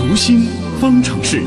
读心方程式。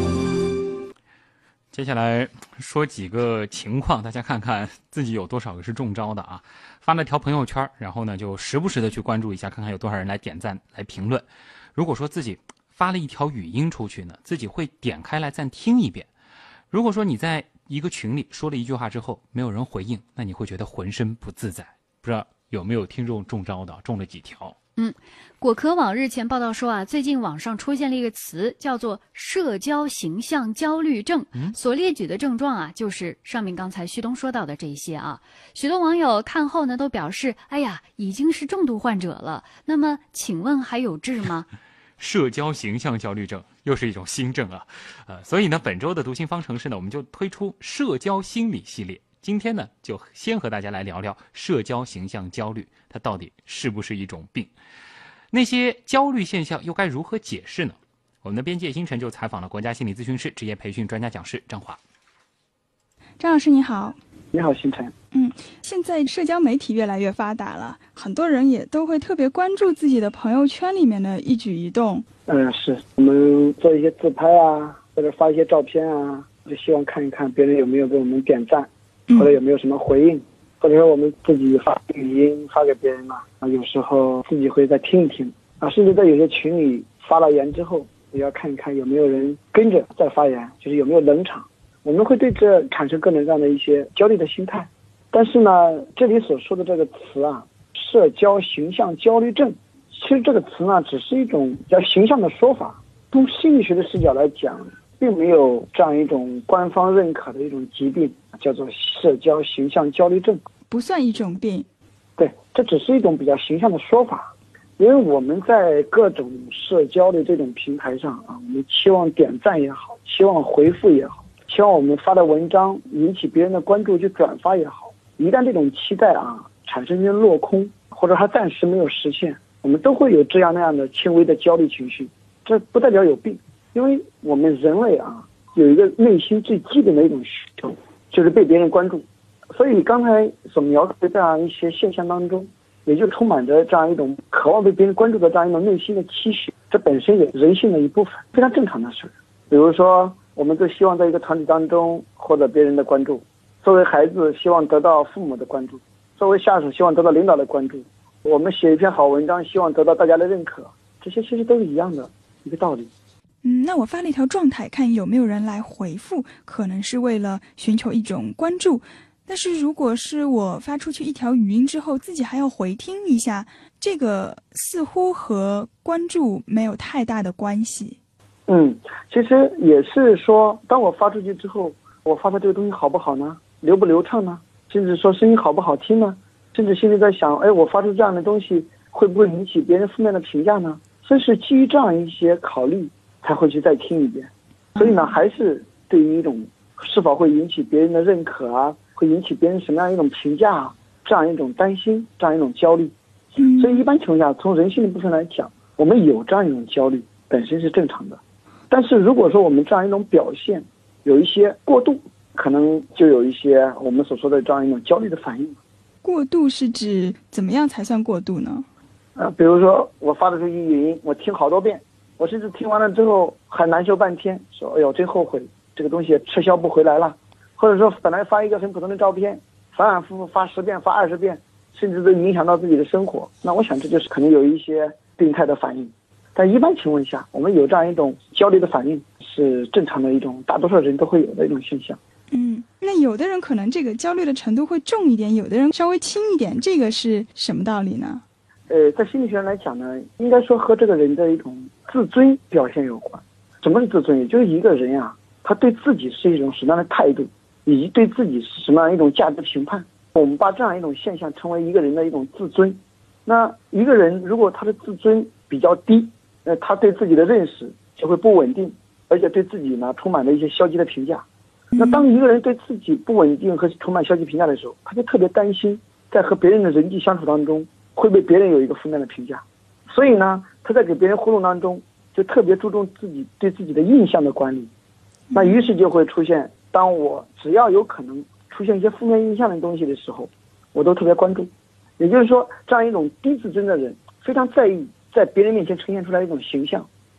接下来说几个情况，大家看看自己有多少个是中招的啊。发了条朋友圈，然后呢就时不时的去关注一下，看看有多少人来点赞来评论。如果说自己发了一条语音出去呢，自己会点开来暂听一遍。如果说你在一个群里说了一句话之后没有人回应，那你会觉得浑身不自在。不知道有没有听众中招的，中了几条？ 果壳网日前报道说啊，最近网上出现了一个词，叫做社交形象焦虑症。所列举的症状啊，就是上面刚才旭东说到的这些啊。许多网友看后呢，都表示，哎呀，已经是重度患者了。那么，请问还有治吗？ 社交形象焦虑症又是一种新症啊，所以呢，本周的读心方程式呢，我们就推出社交心理系列。今天呢，就先和大家来聊聊社交形象焦虑，它到底是不是一种病？那些焦虑现象又该如何解释呢？我们的编辑星辰就采访了国家心理咨询师职业培训专家讲师张华。 张老师你好。 你好，星辰。 现在社交媒体越来越发达了，很多人也都会特别关注自己的朋友圈里面的一举一动。 是我们做一些自拍啊，或者发一些照片啊，就希望看一看别人有没有给我们点赞，或者有没有什么回应，或者说我们自己发语音发给别人嘛，有时候自己会再听一听啊，甚至在有些群里发了言之后，也要看一看有没有人跟着再发言，就是有没有冷场。我们会对这产生各种各样的一些焦虑的心态。但是呢，这里所说的这个词啊，社交形象焦虑症，其实这个词呢，只是一种比较形象的说法。从心理学的视角来讲，并没有这样一种官方认可的一种疾病，叫做社交形象焦虑症， 不算一种病。 对，这只是一种比较形象的说法。因为我们在各种社交的这种平台上啊，我们期望点赞也好，期望回复也好，希望我们发的文章引起别人的关注去转发也好，一旦这种期待啊产生一些落空，或者它暂时没有实现，我们都会有这样那样的轻微的焦虑情绪。这不代表有病，因为我们人类啊有一个内心最基本的一种需求，就是被别人关注。所以刚才所描述的这样一些现象当中，也就充满着这样一种渴望被别人关注的这样一种内心的期许，这本身也是人性的一部分，非常正常的事。比如说我们都希望在一个团体当中获得别人的关注，作为孩子希望得到父母的关注，作为下属希望得到领导的关注，我们写一篇好文章希望得到大家的认可，这些其实都是一样的一个道理。 那我发了一条状态，看有没有人来回复，可能是为了寻求一种关注。但是如果是我发出去一条语音之后，自己还要回听一下，这个似乎和关注没有太大的关系。 其实也是说，当我发出去之后，我发的这个东西好不好呢？流不流畅呢？甚至说声音好不好听呢？甚至现在在想，我发出这样的东西会不会引起别人负面的评价呢？所以是基于这样一些考虑才会去再听一遍。所以呢，还是对于一种是否会引起别人的认可啊，会引起别人什么样一种评价啊，这样一种担心，这样一种焦虑。所以一般情况下，从人性的部分来讲，我们有这样一种焦虑本身是正常的。但是如果说我们这样一种表现有一些过度，可能就有一些我们所说的这样一种焦虑的反应。 过度是指怎么样才算过度呢？ 比如说我发的出去语音，我听好多遍，我甚至听完了之后还难受半天，说哎呦真后悔，这个东西撤销不回来了。或者说本来发一个很普通的照片，反反复复发10遍发20遍，甚至都影响到自己的生活，那我想这就是可能有一些病态的反应。但一般情况下，我们有这样一种焦虑的反应是正常的一种，大多数人都会有的一种现象。 那有的人可能这个焦虑的程度会重一点，有的人稍微轻一点，这个是什么道理呢？ 在心理学上来讲呢，应该说和这个人的一种自尊表现有关。什么是自尊？也就是一个人啊，他对自己是一种什么样的态度，以及对自己是什么样一种价值评判。我们把这样一种现象称为一个人的一种自尊。那一个人如果他的自尊比较低，他对自己的认识就会不稳定，而且对自己呢充满了一些消极的评价。那当一个人对自己不稳定和充满消极评价的时候，他就特别担心在和别人的人际相处当中会被别人有一个负面的评价。所以呢，他在给别人互动当中就特别注重自己对自己的印象的管理。那于是就会出现，当我只要有可能出现一些负面印象的东西的时候，我都特别关注。也就是说，这样一种低自尊的人非常在意在别人面前呈现出来一种形象，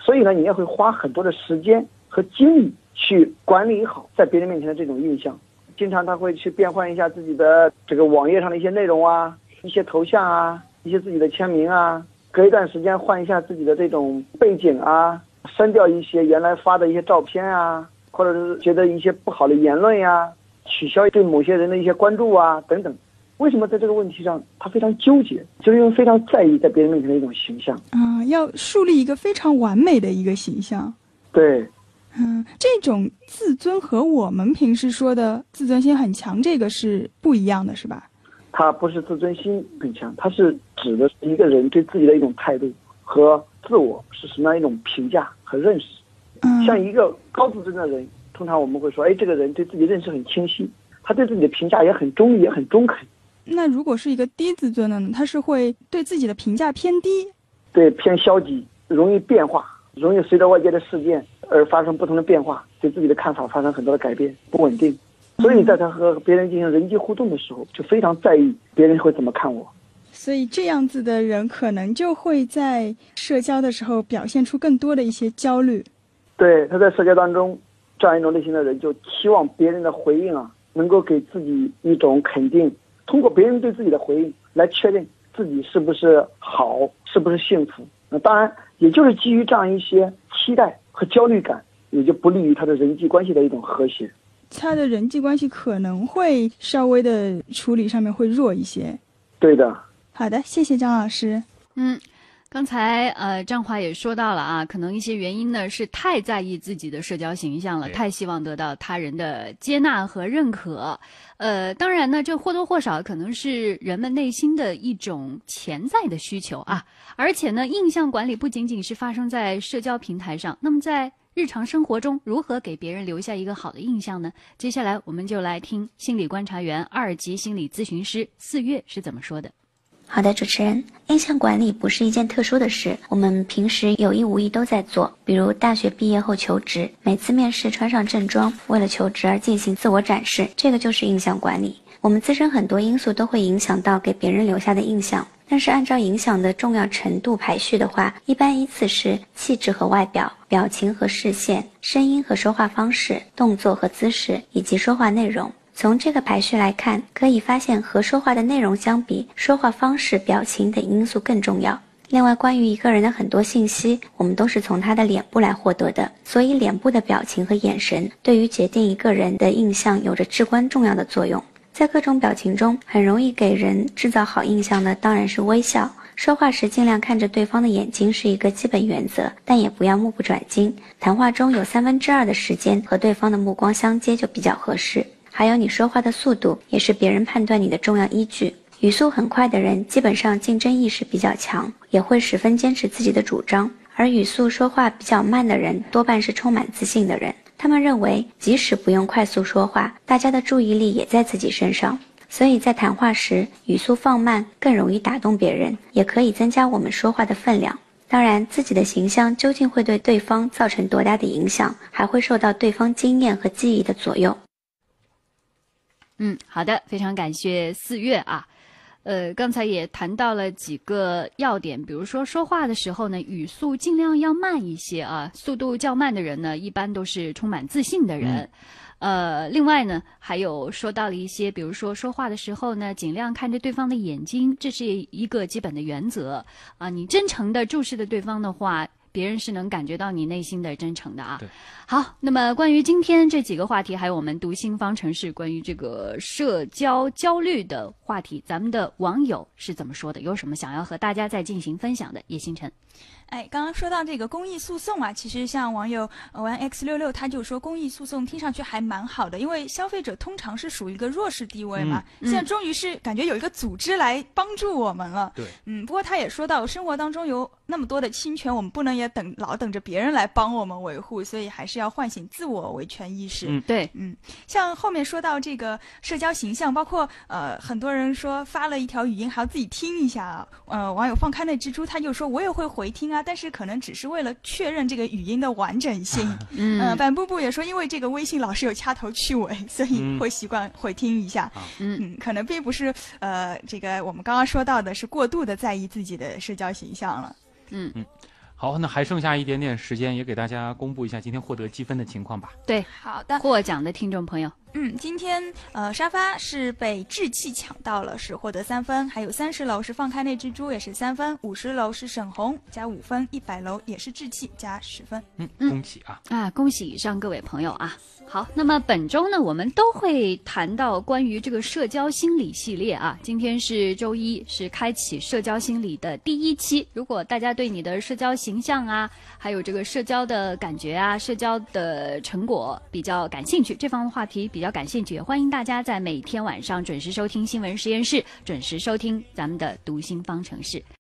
所以呢，你也会花很多的时间和精力去管理好在别人面前的这种印象。经常他会去变换一下自己的这个网页上的一些内容啊，一些头像啊，一些自己的签名啊，隔一段时间换一下自己的这种背景啊，删掉一些原来发的一些照片啊，或者是觉得一些不好的言论呀，取消对某些人的一些关注啊等等。为什么在这个问题上他非常纠结？就是因为非常在意在别人面前的一种形象要树立一个非常完美的一个形象。 对， 这种自尊和我们平时说的自尊心很强这个是不一样的，是吧？ 他不是自尊心很强，他是指的一个人对自己的一种态度和自我是什么样一种评价和认识。像一个高自尊的人，通常我们会说，这个人对自己认识很清晰，他对自己的评价也很中立，也很中肯。 那如果是一个低自尊的呢？他是会对自己的评价偏低， 对，偏消极，容易变化，容易随着外界的事件而发生不同的变化，对自己的看法发生很多的改变，不稳定。所以在他和别人进行人际互动的时候，就非常在意别人会怎么看我。 所以这样子的人可能就会在社交的时候表现出更多的一些焦虑。 对，他在社交当中，这样一种类型的人就期望别人的回应能够给自己一种肯定，通过别人对自己的回应来确认自己是不是好，是不是幸福。那当然也就是基于这样一些期待和焦虑感，也就不利于他的人际关系的一种和谐。 他的人际关系可能会稍微的处理上面会弱一些。 对的。 好的，谢谢张老师。 刚才张华也说到了可能一些原因呢是太在意自己的社交形象了，太希望得到他人的接纳和认可。当然呢，这或多或少可能是人们内心的一种潜在的需求而且呢，印象管理不仅仅是发生在社交平台上，那么在日常生活中如何给别人留下一个好的印象呢？接下来我们就来听心理观察员2级心理咨询师4月是怎么说的。 好的，主持人，印象管理不是一件特殊的事，我们平时有意无意都在做。比如大学毕业后求职，每次面试穿上正装，为了求职而进行自我展示，这个就是印象管理。我们自身很多因素都会影响到给别人留下的印象，但是按照影响的重要程度排序的话，一般依次是气质和外表、表情和视线、声音和说话方式、动作和姿势以及说话内容。从这个排序来看，可以发现和说话的内容相比，说话方式、表情等因素更重要。另外，关于一个人的很多信息，我们都是从他的脸部来获得的，所以脸部的表情和眼神对于决定一个人的印象有着至关重要的作用。在各种表情中，很容易给人制造好印象的当然是微笑。说话时尽量看着对方的眼睛是一个基本原则，但也不要目不转睛。谈话中有2/3的时间和对方的目光相接就比较合适。还有你说话的速度也是别人判断你的重要依据。语速很快的人基本上竞争意识比较强，也会十分坚持自己的主张，而语速说话比较慢的人多半是充满自信的人。他们认为即使不用快速说话，大家的注意力也在自己身上，所以在谈话时语速放慢更容易打动别人，也可以增加我们说话的分量。当然，自己的形象究竟会对对方造成多大的影响，还会受到对方经验和记忆的左右。 好的，非常感谢4月刚才也谈到了几个要点，比如说说话的时候呢，语速尽量要慢一些速度较慢的人呢，一般都是充满自信的人。另外呢，还有说到了一些，比如说说话的时候呢，尽量看着对方的眼睛，这是一个基本的原则你真诚的注视着对方的话，别人是能感觉到你内心的真诚的对。 好，那么关于今天这几个话题，还有我们读心方程式关于这个社交焦虑的话题，咱们的网友是怎么说的？有什么想要和大家再进行分享的？叶星辰。 刚刚说到这个公益诉讼其实像网友玩 X66他就说公益诉讼听上去还蛮好的，因为消费者通常是属于一个弱势地位嘛，现在终于是感觉有一个组织来帮助我们了。 对， 不过他也说到生活当中有那么多的侵权，我们不能也老等着别人来帮我们维护，所以还是要唤醒自我维权意识。 对， 像后面说到这个社交形象，包括很多人说发了一条语音还要自己听一下网友放开那蜘蛛他就说我也会回听但是可能只是为了确认这个语音的完整性。反布布也说因为这个微信老是有掐头去尾，所以会习惯回听一下。可能并不是这个我们刚刚说到的是过度的在意自己的社交形象了。 好，那还剩下一点点时间，也给大家公布一下今天获得积分的情况吧。 对， 好的， 获奖的听众朋友。 今天沙发是被志气抢到了，是获得3分，还有30楼是放开那只猪也是3分，50楼是沈红加5分，100楼也是志气加10分。 恭喜啊！ 恭喜以上各位朋友啊！好，那么本周呢，我们都会谈到关于这个社交心理系列啊。今天是周一，是开启社交心理的第1期。如果大家对你的社交形象啊，还有这个社交的感觉啊，社交的成果比较感兴趣，这方面话题比较感兴趣，欢迎大家在每天晚上准时收听新闻实验室，准时收听咱们的读心方程式。